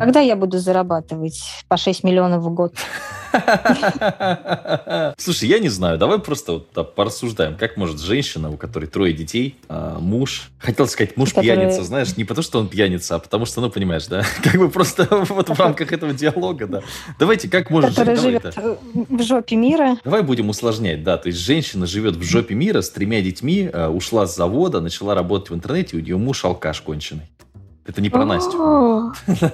Когда я буду зарабатывать по 6 миллионов в год? Слушай, я не знаю, давай просто вот порассуждаем, как может женщина, у которой 3 детей, муж, хотел сказать, муж пьяница, знаешь, не потому что он пьяница, а потому что, ну, понимаешь, да, как бы просто вот в рамках этого диалога, да. Давайте, как может... Которая живет в жопе мира. Давай будем усложнять, да, то есть женщина живет в жопе мира с 3 детьми, ушла с завода, начала работать в интернете, у нее муж алкаш конченый. Это не про Настю.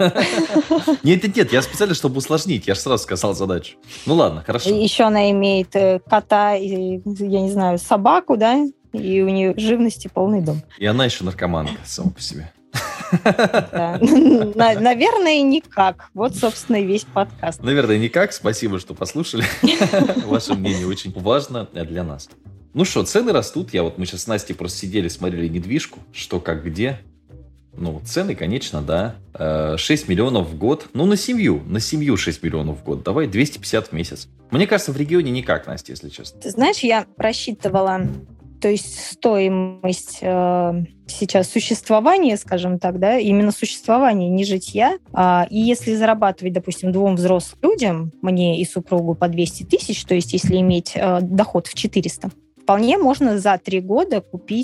Нет, я специально, чтобы усложнить. Я же сразу сказал задачу. Ну ладно, хорошо. Еще она имеет кота, и, я не знаю, собаку, да? И у нее живности полный дом. И она еще наркоманка сама по себе. Да. Наверное, никак. Вот, собственно, и весь подкаст. Наверное, никак. Спасибо, что послушали. Ваше мнение очень важно для нас. Ну что, цены растут. Мы сейчас с Настей просто сидели, смотрели недвижку. Что, как, где. Ну, цены, конечно, да. 6 миллионов в год. Ну, на семью 6 миллионов в год. Давай 250 в месяц. Мне кажется, в регионе никак, Настя, если честно. Ты знаешь, я просчитывала, то есть стоимость сейчас существования, скажем так, да, именно существования, не житья. И если зарабатывать, допустим, 2 взрослым людям, мне и супругу по 200 тысяч, то есть если иметь доход в 400, вполне можно за 3 года купить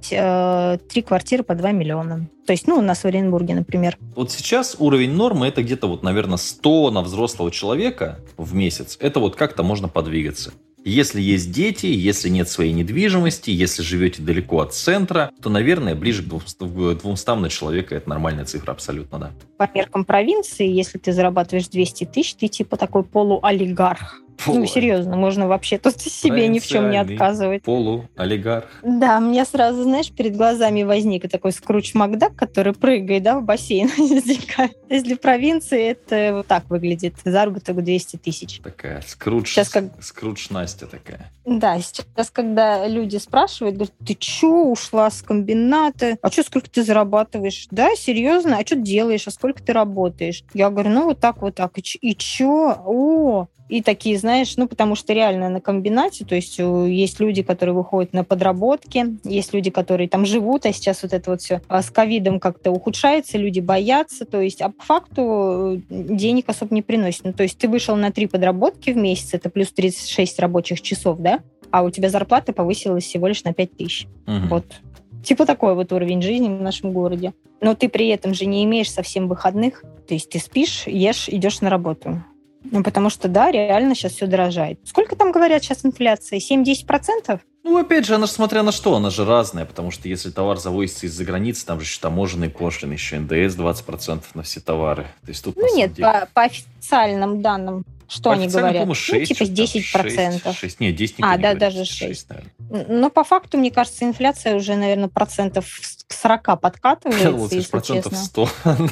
3 квартиры по 2 миллиона. То есть, у нас в Оренбурге, например. Вот сейчас уровень нормы это где-то наверное, 100 на взрослого человека в месяц. Это как-то можно подвигаться. Если есть дети, если нет своей недвижимости, если живете далеко от центра, то, наверное, ближе к 200 на человека это нормальная цифра абсолютно, да. По меркам провинции, если ты зарабатываешь 200 тысяч, ты типа такой полуолигарх. Серьезно, можно вообще тут себе ни в чем не отказывать. Полуолигарх. Да, мне сразу, знаешь, перед глазами возник такой Скрудж Макдак, который прыгает, в бассейн. То есть для провинции это вот так выглядит. Заработок 200 тысяч. Такая Скрудж Настя такая. Да, сейчас, когда люди спрашивают, говорят, ты чё, ушла с комбината? А чё, сколько ты зарабатываешь? Да, серьезно? А что делаешь? А сколько ты работаешь? Я говорю, вот так. И чё? И такие, знаешь, потому что реально на комбинате, то есть есть люди, которые выходят на подработки, есть люди, которые там живут, а сейчас вот это вот все с ковидом как-то ухудшается, люди боятся, то есть, а по факту денег особо не приносит. То есть ты вышел на 3 подработки в месяц, это плюс 36 рабочих часов, да, а у тебя зарплата повысилась всего лишь на 5 тысяч. Вот. Типа такой вот уровень жизни в нашем городе. Но ты при этом же не имеешь совсем выходных, то есть ты спишь, ешь, идешь на работу. Потому что, да, реально сейчас все дорожает. Сколько там, говорят, сейчас инфляция? 7-10%? Опять же, она же смотря на что, она же разная, потому что если товар завозится из-за границы, там же еще таможенные пошлины, еще НДС 20% на все товары. То есть тут, нет, по официальным данным, что они говорят? По-моему, 6, типа 10%. 6, нет, 10 не да, даже 6. Но по факту, мне кажется, инфляция уже, наверное, процентов к 40 подкатывается, если честно. 100.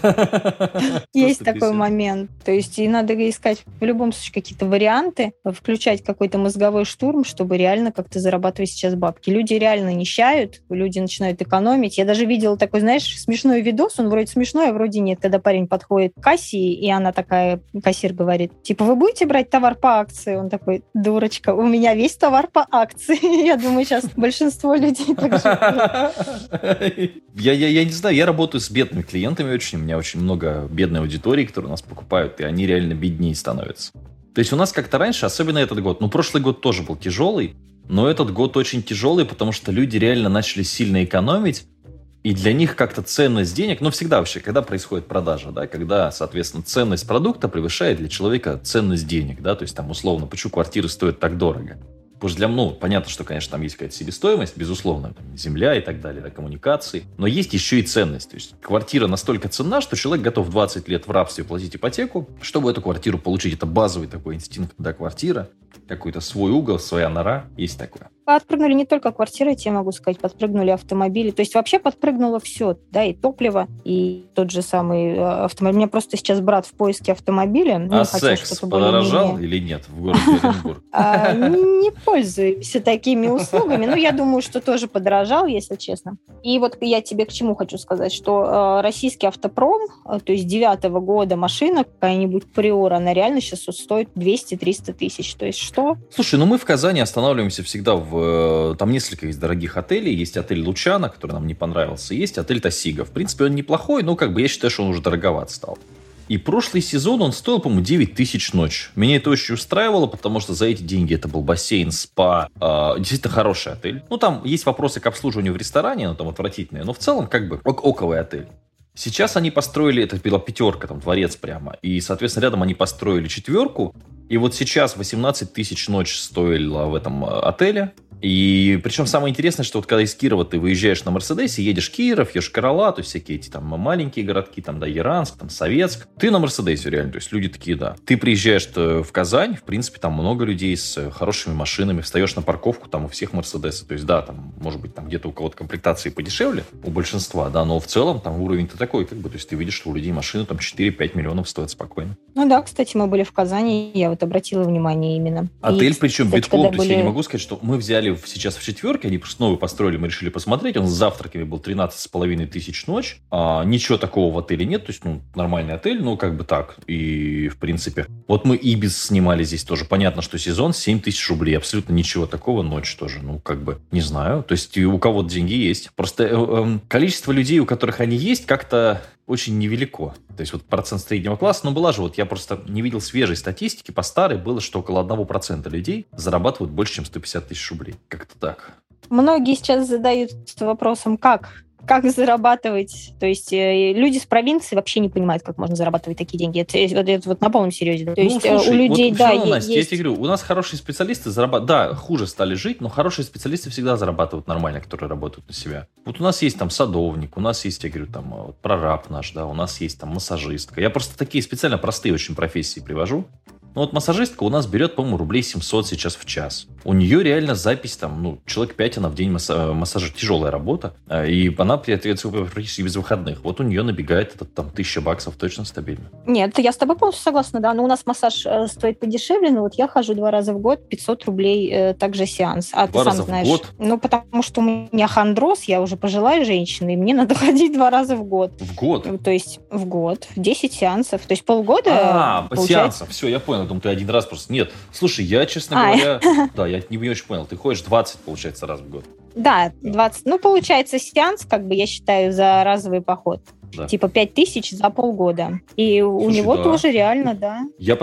Есть такой момент. То есть и надо искать в любом случае какие-то варианты, включать какой-то мозговой штурм, чтобы реально как-то зарабатывать сейчас бабки. Люди реально нищают, люди начинают экономить. Я даже видела такой, знаешь, смешной видос, он вроде смешной, а вроде нет, когда парень подходит к кассе, и она такая, кассир говорит, типа, вы будете брать товар по акции? Он такой, дурочка, у меня весь товар по акции. Я думаю, сейчас большинство людей так же. Я не знаю, я работаю с бедными клиентами очень, у меня очень много бедной аудитории, которые нас покупают, и они реально беднее становятся. То есть у нас как-то раньше, особенно этот год, прошлый год тоже был тяжелый, но этот год очень тяжелый, потому что люди реально начали сильно экономить, и для них как-то ценность денег, всегда вообще, когда происходит продажа, да, когда, соответственно, ценность продукта превышает для человека ценность денег, да, то есть там условно, почему квартиры стоят так дорого. Потому что понятно, что, конечно, там есть какая-то себестоимость, безусловно, земля и так далее, коммуникации, но есть еще и ценность. То есть квартира настолько ценна, что человек готов 20 лет в рабстве платить ипотеку, чтобы эту квартиру получить. Это базовый такой инстинкт, да, квартира, какой-то свой угол, своя нора, есть такое. Подпрыгнули не только квартиры, я тебе могу сказать, подпрыгнули автомобили. То есть вообще подпрыгнуло все, да, и топливо, и тот же самый автомобиль. У меня просто сейчас брат в поиске автомобиля. А секс подорожал или нет в городе Оренбург? Не пользуемся такими услугами, я думаю, что тоже подорожал, если честно. И вот я тебе к чему хочу сказать, что российский автопром, то есть 9-го года машина какая-нибудь Приора, она реально сейчас стоит 200-300 тысяч. То есть что? Слушай, мы в Казани останавливаемся всегда там несколько есть дорогих отелей. Есть отель Лучано, который нам не понравился. Есть отель Тосига. В принципе, он неплохой, но я считаю, что он уже дороговат стал. И прошлый сезон он стоил, по-моему, 9 тысяч ночь. Меня это очень устраивало, потому что за эти деньги это был бассейн, спа, действительно хороший отель. Ну, там есть вопросы к обслуживанию в ресторане, но там отвратительные, но в целом как бы оковый отель. Сейчас они построили, это была 5, там дворец прямо, и, соответственно, рядом они построили 4, и вот сейчас 18 тысяч ночь стоило в этом отеле. И причем самое интересное, что вот когда из Кирова ты выезжаешь на Мерседесе, едешь Киров, Йошкар-Ола, то есть всякие эти там маленькие городки, там, да, Яранск, там, Советск, ты на Мерседесе реально, то есть люди такие, да. Ты приезжаешь в Казань, в принципе, там много людей с хорошими машинами, встаешь на парковку, там у всех Мерседесы, то есть, да, там, может быть, там где-то у кого-то комплектации подешевле, у большинства, да, но в целом там уровень-то такой, как бы, то есть ты видишь, что у людей машины там 4-5 миллионов стоят спокойно. Ну да, кстати, мы были в Казани, я вот обратила внимание именно. Отель, И, причем кстати, битком, то есть были... я не могу сказать, что мы взяли сейчас в 4, они просто новый построили, мы решили посмотреть, он с завтраками был 13,5 тысяч ночь, ничего такого в отеле нет, то есть, ну, нормальный отель, ну, как бы так, и, в принципе, вот мы Ибис снимали здесь тоже, понятно, что сезон 7 тысяч рублей, абсолютно ничего такого, ночь тоже, ну, как бы, не знаю, то есть у кого-то деньги есть, просто количество людей, у которых они есть, как-то очень невелико. То есть вот процент среднего класса, ну была же, вот я просто не видел свежей статистики, по старой было, что около 1% людей зарабатывают больше, чем 150 тысяч рублей. Как-то так. Многие сейчас задаются вопросом, как зарабатывать. То есть люди с провинции вообще не понимают, как можно зарабатывать такие деньги. Это вот на полном серьезе. То есть слушай, у людей, вот да, равно, Настя, есть... я тебе говорю, у нас хорошие специалисты зарабатывают, да, хуже стали жить, но хорошие специалисты всегда зарабатывают нормально, которые работают на себя. Вот у нас есть там садовник, у нас есть, я говорю, там вот, прораб наш, да, у нас есть там массажистка. Я просто такие специально простые очень профессии привожу. Ну вот массажистка у нас берет, по-моему, рублей 700 сейчас в час. У нее реально запись там, ну, человек 5 она в день массажа, тяжелая работа, и она практически без выходных. Вот у нее набегает этот там 1000 баксов точно стабильно. Нет, я с тобой полностью согласна, да, но у нас массаж стоит подешевле, но вот я хожу 2 раза в год, 500 рублей также сеанс. А 2 ты раза сам знаешь. В год? Ну, потому что у меня хондроз, я уже пожилая женщина, и мне надо ходить 2 раза в год. В год? То есть в год, 10 сеансов, то есть полгода. По сеансам, все, я понял. Думаю, ты один раз просто... Нет, слушай, я, честно говоря... Да, я не очень понял. Ты ходишь 20, получается, раз в год. Да, 20. Ну, получается, сеанс, как бы, я считаю, за разовый поход. Да. Типа 5000 за полгода. И у него тоже реально, да. Я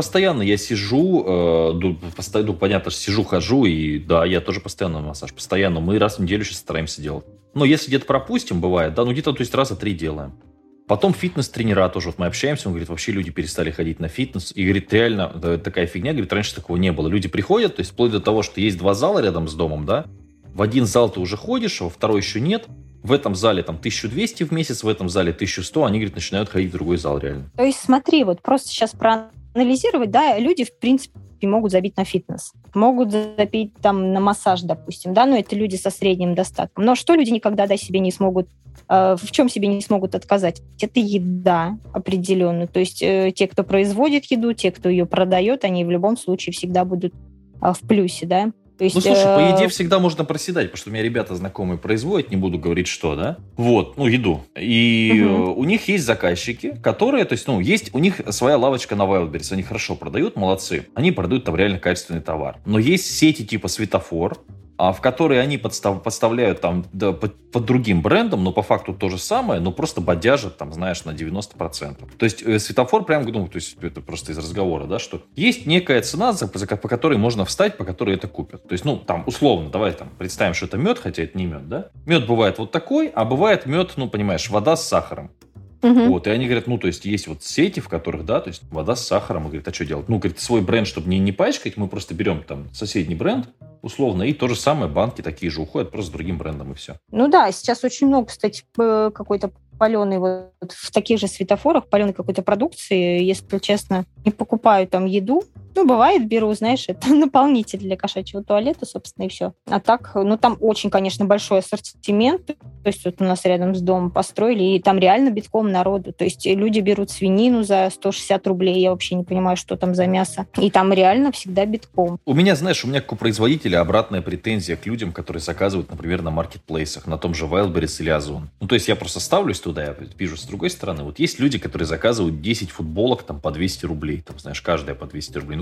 сижу, понятно, что сижу, хожу, и да, я тоже постоянно на массаж. Постоянно. Мы раз в неделю сейчас стараемся делать. Но если где-то пропустим, бывает, да, ну где-то, то есть раза 3 делаем. Потом фитнес-тренера тоже, вот мы общаемся, он говорит, вообще люди перестали ходить на фитнес. И говорит, реально, да, такая фигня, говорит, раньше такого не было. Люди приходят, то есть вплоть до того, что есть 2 зала рядом с домом, да, в один зал ты уже ходишь, а во второй еще нет. В этом зале там 1200 в месяц, в этом зале 1100, они, говорит, начинают ходить в другой зал реально. То есть смотри, вот просто сейчас проанализировать, да, люди, в принципе, могут забить на фитнес, могут забить там на массаж, допустим, да, но это люди со средним достатком. Но что люди никогда себе не смогут, в чем себе не смогут отказать? Это еда определенно. То есть те, кто производит еду, те, кто ее продает, они в любом случае всегда будут в плюсе, да. То есть, ну, слушай, по еде всегда можно проседать, потому что у меня ребята знакомые производят, не буду говорить, что, да? Вот, ну, еду. И у них есть заказчики, которые, то есть, ну, есть у них своя лавочка на Wildberries, они хорошо продают, молодцы. Они продают там реально качественный товар. Но есть сети типа Светофор, в которые они подставляют там да, под другим брендом, но по факту то же самое, но просто бодяжат там, знаешь, на 90%. То есть Светофор прям, ну, то есть это просто из разговора, да, что есть некая цена, по которой можно встать, по которой это купят. То есть, ну, там, условно, давай там представим, что это мед, хотя это не мед, да? Мед бывает вот такой, а бывает мед, ну, понимаешь, вода с сахаром. Вот, и они говорят, ну, то есть, есть вот сети, в которых, да, то есть, вода с сахаром, и говорит, а что делать? Ну, говорит, свой бренд, чтобы не пачкать, мы просто берем там соседний бренд, условно, и то же самое, банки такие же уходят, просто с другим брендом, и все. Ну да, сейчас очень много, кстати, какой-то паленой вот в таких же светофорах, паленой какой-то продукции, если честно, не покупаю там еду. Ну, бывает, беру, знаешь, это наполнитель для кошачьего туалета, собственно, и все. А так, ну, там очень, конечно, большой ассортимент. То есть вот у нас рядом с домом построили, и там реально битком народу. То есть люди берут свинину за 160 рублей, я вообще не понимаю, что там за мясо. И там реально всегда битком. У меня, знаешь, как у производителя обратная претензия к людям, которые заказывают, например, на маркетплейсах, на том же Wildberries или Озон. Ну, то есть я просто ставлюсь туда, я вижу с другой стороны. Вот есть люди, которые заказывают 10 футболок там по 200 рублей. Там, знаешь, каждая по 200 рублей. Ну,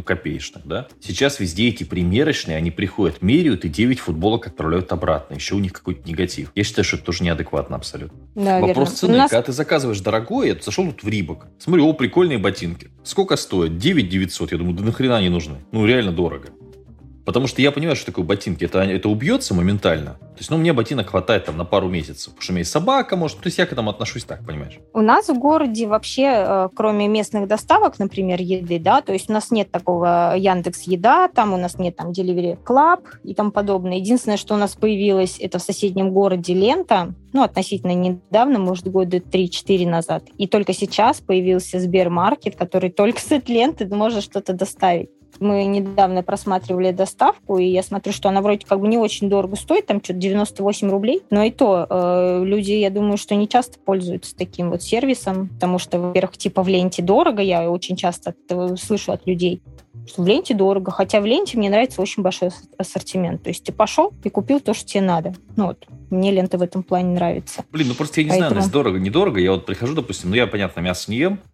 копеечных, да. Сейчас везде эти примерочные, они приходят, меряют и 9 футболок отправляют обратно. Еще у них какой-то негатив. Я считаю, что это тоже неадекватно абсолютно. Да, вопрос верно. цены. Когда ты заказываешь дорогое, я зашел тут в Рибок. Смотрю, прикольные ботинки. Сколько стоят? 9 900. Я думаю, да нахрена они нужны? Реально дорого. Потому что я понимаю, что такое ботинки. Это убьется моментально. То есть, мне ботинок хватает там на пару месяцев. Потому что у меня есть собака, может. То есть, я к этому отношусь так, понимаешь? У нас в городе вообще, кроме местных доставок, например, еды, да, то есть у нас нет такого Яндекс.Еда, там у нас нет там Delivery Club и тому подобное. Единственное, что у нас появилось, это в соседнем городе Лента, относительно недавно, может, года 3-4 назад. И только сейчас появился Сбермаркет, который только с этой ленты может что-то доставить. Мы недавно просматривали доставку, и я смотрю, что она вроде как бы не очень дорого стоит, там что-то 98 рублей. Но и то люди, я думаю, что не часто пользуются таким вот сервисом, потому что, во-первых, в ленте дорого, я очень часто это слышу от людей, что в ленте дорого, хотя в ленте мне нравится очень большой ассортимент. То есть ты пошел и купил то, что тебе надо. Мне лента в этом плане нравится. Просто я не знаю, дорого, недорого. Я прихожу, допустим, я, понятно, мясо не ем,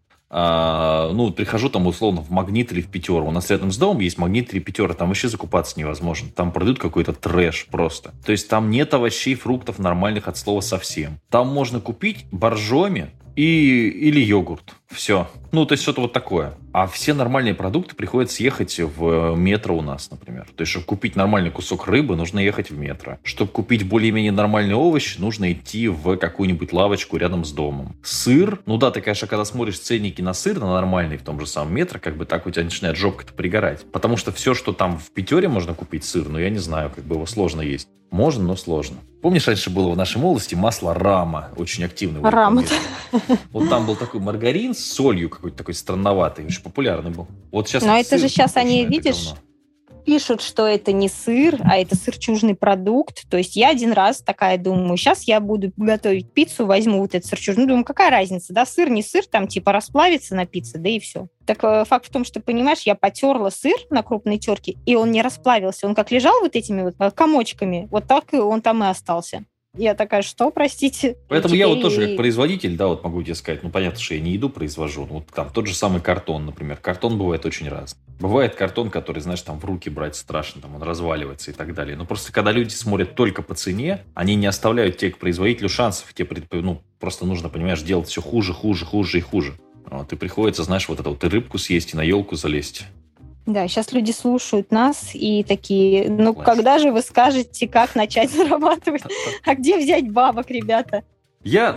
прихожу там условно в Магнит или в Пятеру. У нас рядом с домом есть Магнит или Пятера. Там вообще закупаться невозможно. Там продают какой-то трэш просто. То есть там нет овощей, фруктов нормальных от слова совсем. Там можно купить боржоми или йогурт. Все. То есть что-то вот такое. А все нормальные продукты приходится ехать в метро у нас, например. То есть, чтобы купить нормальный кусок рыбы, нужно ехать в метро. Чтобы купить более-менее нормальные овощи, нужно идти в какую-нибудь лавочку рядом с домом. Сыр. Ты, конечно, когда смотришь ценники на сыр, на нормальный в том же самом метро, так у тебя начинает жопка-то пригорать. Потому что все, что там в Пятере можно купить сыр, я не знаю, его сложно есть. Можно, но сложно. Помнишь, раньше было в нашей молодости масло Рама, очень активное. Рама. Там был такой маргарин с солью какой-то такой странноватый, очень популярный был. Сейчас. Но это же сейчас они, видишь, пишут, что это не сыр, а это сырчужный продукт. То есть я один раз такая думаю, сейчас я буду готовить пиццу, возьму этот сырчужный. Думаю, какая разница, да, сыр, не сыр, там расплавится на пицце, да и все. Так факт в том, что, понимаешь, я потерла сыр на крупной терке, и он не расплавился. Он как лежал вот этими комочками, вот так и он там и остался. Я такая, что, простите? Поэтому я тоже как производитель, могу тебе сказать, понятно, что я не еду произвожу. Там тот же самый картон, например. Картон бывает очень разный. Бывает картон, который, знаешь, в руки брать страшно, он разваливается и так далее. Но просто когда люди смотрят только по цене, они не оставляют тебе к производителю шансов. Тебе, просто нужно, понимаешь, делать все хуже и хуже. И приходится, знаешь, и рыбку съесть, и на елку залезть. Да, сейчас люди слушают нас и такие, когда же вы скажете, как начать зарабатывать? А где взять бабок, ребята? Я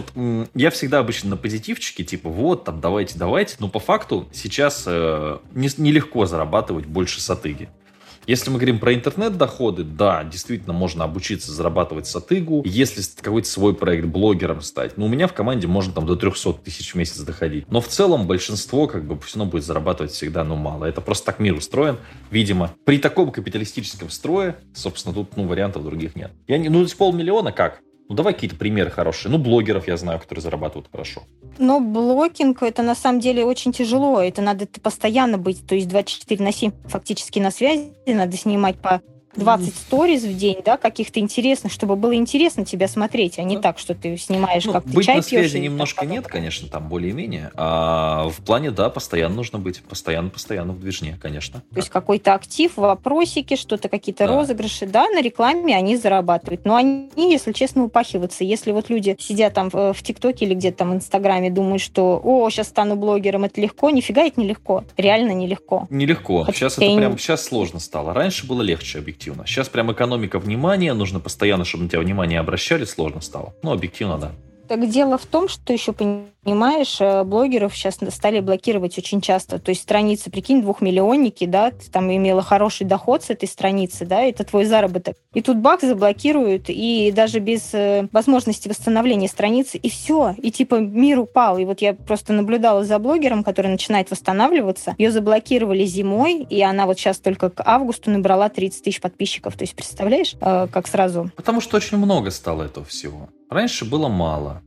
всегда обычно на позитивчике, давайте. Но по факту сейчас нелегко зарабатывать больше сатыги. Если мы говорим про интернет-доходы, да, действительно можно обучиться зарабатывать сатыгу. Если какой-то свой проект блогером стать, у меня в команде можно до 300 тысяч в месяц доходить. Но в целом большинство все равно будет зарабатывать всегда, мало. Это просто так мир устроен, видимо. При таком капиталистическом строе, собственно, тут вариантов других нет. 500 000 как? Давай какие-то примеры хорошие. Блогеров я знаю, которые зарабатывают хорошо. Но блогинг, это на самом деле очень тяжело. Это надо постоянно быть, то есть 24/7 фактически на связи. Надо снимать по 20 сториз в день, да, каких-то интересных, чтобы было интересно тебя смотреть, а не так, что ты снимаешь, как ты быть чай на пьешь. Связи немножко нет, конечно, там более-менее. А в плане, да, постоянно нужно быть. Постоянно в движне, конечно. То есть какой-то актив, вопросики, что-то, какие-то розыгрыши, да, на рекламе они зарабатывают. Но они, если честно, упахиваются. Если люди сидят там в ТикТоке или где-то там в Инстаграме, думают, что сейчас стану блогером, это легко. Нифига это нелегко. Реально нелегко. Нелегко. Сейчас сложно стало. Раньше было легче, объективно. Сейчас прям экономика внимания, нужно постоянно, чтобы на тебя внимание обращали, сложно стало. Объективно, да. Так дело в том, что еще, понимаешь, блогеров сейчас стали блокировать очень часто. То есть страницы, прикинь, 2-миллионники, да, ты там имела хороший доход с этой страницы, да, это твой заработок. И тут бах, заблокируют, и даже без возможности восстановления страницы, и все, и мир упал. И я просто наблюдала за блогером, который начинает восстанавливаться. Ее заблокировали зимой, и она сейчас только к августу набрала 30 тысяч подписчиков. То есть, представляешь, как сразу? Потому что очень много стало этого всего. Раньше было мало.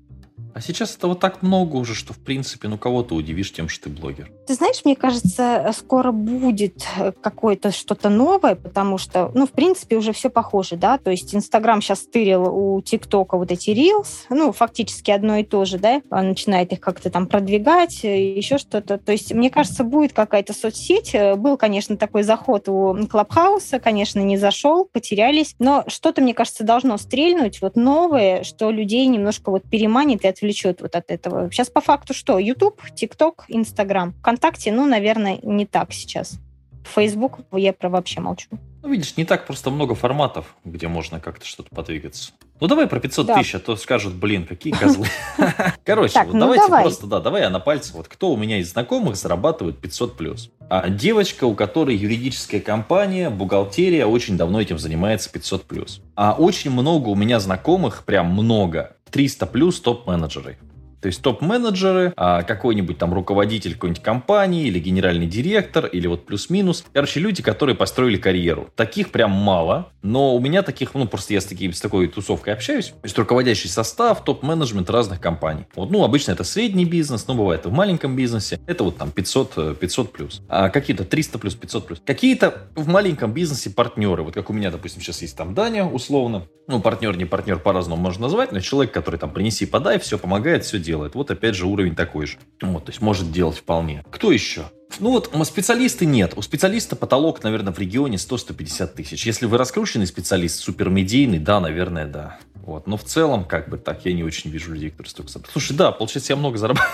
А сейчас это вот так много уже, что, в принципе, кого ты удивишь тем, что ты блогер. Ты знаешь, мне кажется, скоро будет какое-то что-то новое, потому что, в принципе, уже все похоже, да, то есть Инстаграм сейчас стырил у ТикТока вот эти Reels, фактически одно и то же, да, начинает их как-то там продвигать, еще что-то, то есть, мне кажется, будет какая-то соцсеть, был, конечно, такой заход у Клабхауса, конечно, не зашел, потерялись, но что-то, мне кажется, должно стрельнуть, вот новое, что людей немножко вот переманит и отвлечет вот от этого. Сейчас по факту что? YouTube, TikTok, Instagram. ВКонтакте, наверное, не так сейчас. Facebook я про вообще молчу. Видишь, не так просто много форматов, где можно как-то что-то подвигаться. Давай про 500 тысяч, а то скажут, какие козлы. Короче, давайте просто, давай я на пальце. Вот кто у меня из знакомых зарабатывает 500+. Девочка, у которой юридическая компания, бухгалтерия, очень давно этим занимается 500+. А очень много у меня знакомых, прям много, 300+ топ-менеджеры. То есть топ-менеджеры, какой-нибудь там руководитель какой-нибудь компании или генеральный директор, или вот плюс-минус. Короче, люди, которые построили карьеру. Таких прям мало, но у меня таких, просто я с такой тусовкой общаюсь. То есть руководящий состав, топ-менеджмент разных компаний. Обычно это средний бизнес, бывает и в маленьком бизнесе. Это вот там 500+. А какие-то 300+, 500+. Какие-то в маленьком бизнесе партнеры. Вот как у меня, допустим, сейчас есть там Даня, условно. Партнер, не партнер, по-разному можно назвать, но человек, который там принеси, подай, все помогает, все делает. Вот опять же уровень такой же. То есть может делать вполне. Кто еще? Специалисты нет. У специалиста потолок, наверное, в регионе 100-150 тысяч. Если вы раскрученный специалист, супермедийный, да, наверное, да. Но в целом, так, я не очень вижу людей, которые столько зарабатывают. Слушай, да, получается, я много зарабатываю.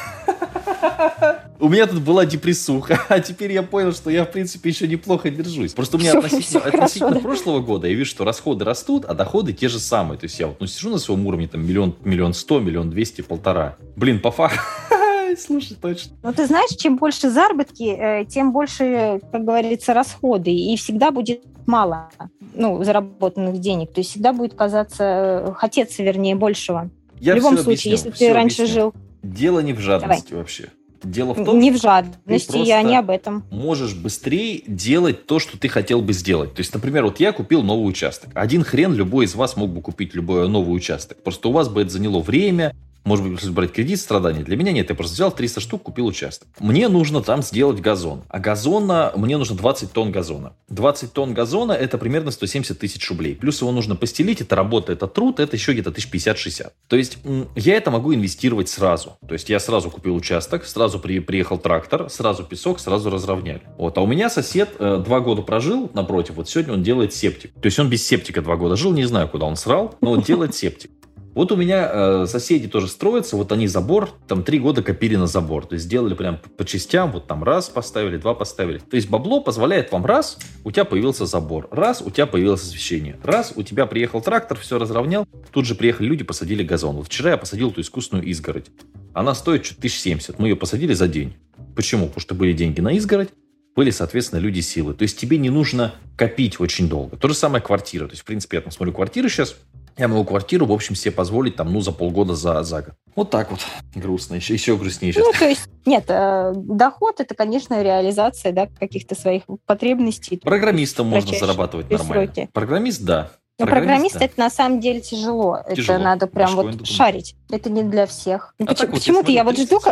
У меня тут была депрессуха, а теперь я понял, что я, в принципе, еще неплохо держусь. Просто у меня относительно прошлого года я вижу, что расходы растут, а доходы те же самые. То есть я сижу на своем уровне, там, 1 100 000, 1 200 000, 1,5. По факту. Слушай, точно. Ты знаешь, чем больше заработки, тем больше, как говорится, расходы. И всегда будет мало, заработанных денег. То есть всегда будет хотеться, большего. В любом случае, если ты раньше жил... Дело не в жадности вообще. Дело в том, не в жадности, я не об этом. Можешь быстрее делать то, что ты хотел бы сделать. То есть, например, я купил новый участок. Один хрен любой из вас мог бы купить любой новый участок. Просто у вас бы это заняло время. Может быть, если брать кредит, страдания. Для меня нет, я просто взял 300 штук, купил участок. Мне нужно там сделать газон. А мне нужно 20 тонн газона. 20 тонн газона – это примерно 170 тысяч рублей. Плюс его нужно постелить, это работа, это труд, это еще где-то 50-60. То есть я это могу инвестировать сразу. То есть я сразу купил участок, сразу приехал трактор, сразу песок, сразу разровняли. А у меня сосед 2 года прожил напротив, сегодня он делает септик. То есть он без септика 2 года жил, не знаю, куда он срал, но он делает септик. У меня соседи тоже строятся, они забор, там 3 года копили на забор, то есть сделали прям по частям, там раз поставили, 2 поставили. То есть бабло позволяет вам раз, у тебя появился забор, раз, у тебя появилось освещение, раз, у тебя приехал трактор, все разровнял, тут же приехали люди, посадили газон. Вчера я посадил эту искусственную изгородь, она стоит 1070, мы ее посадили за день. Почему? Потому что были деньги на изгородь, были, соответственно, люди силы. То есть тебе не нужно копить очень долго. То же самое квартира. То есть, в принципе, я смотрю квартиры сейчас. Я могу квартиру, в общем, себе позволить за полгода, за год. Вот так вот. Грустно. Еще грустнее сейчас. То есть, нет, доход – это, конечно, реализация каких-то своих потребностей. Программистам можно зарабатывать нормально. Программист – да. Но программист это на самом деле тяжело. Это надо прям шарить. Это не для всех. Почему-то я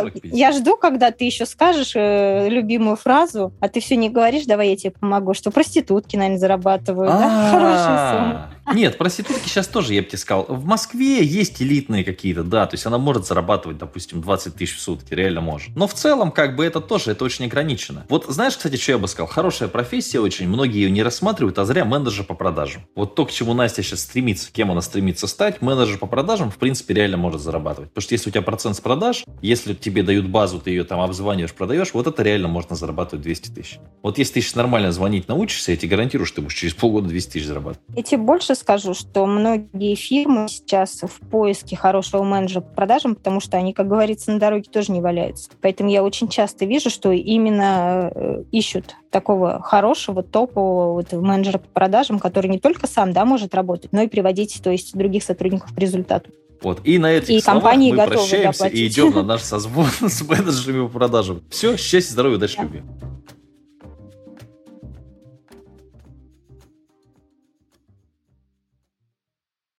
жду, когда ты еще скажешь любимую фразу, а ты все не говоришь, давай я тебе помогу, что проститутки, наверное, зарабатывают. Хорошая сумма. Нет, проститутки сейчас тоже, я бы тебе сказал. В Москве есть элитные какие-то, да, то есть она может зарабатывать, допустим, 20 тысяч в сутки, реально может. Но в целом, это очень ограничено. Знаешь, кстати, что я бы сказал? Хорошая профессия очень, многие ее не рассматривают, а зря менеджер по продажам. То, к чему Настя сейчас стремится, кем она стремится стать, менеджер по продажам, в принципе, реально может зарабатывать. Потому что если у тебя процент с продаж, если тебе дают базу, ты ее там обзваниваешь, продаешь, это реально можно зарабатывать 200 тысяч. Если ты сейчас нормально звонить научишься, я тебе гарантирую, что ты будешь через полгода 200 тысяч зарабатывать. Я тебе больше скажу, что многие фирмы сейчас в поиске хорошего менеджера по продажам, потому что они, как говорится, на дороге тоже не валяются. Поэтому я очень часто вижу, что именно ищут такого хорошего, топового менеджера по продажам, который не только сам может работать, но и приводить, то есть, других сотрудников к результату. И на этих словах мы прощаемся и идем на наш созвон с менеджерами по продажам. Все, счастья, здоровья, удачи, любви.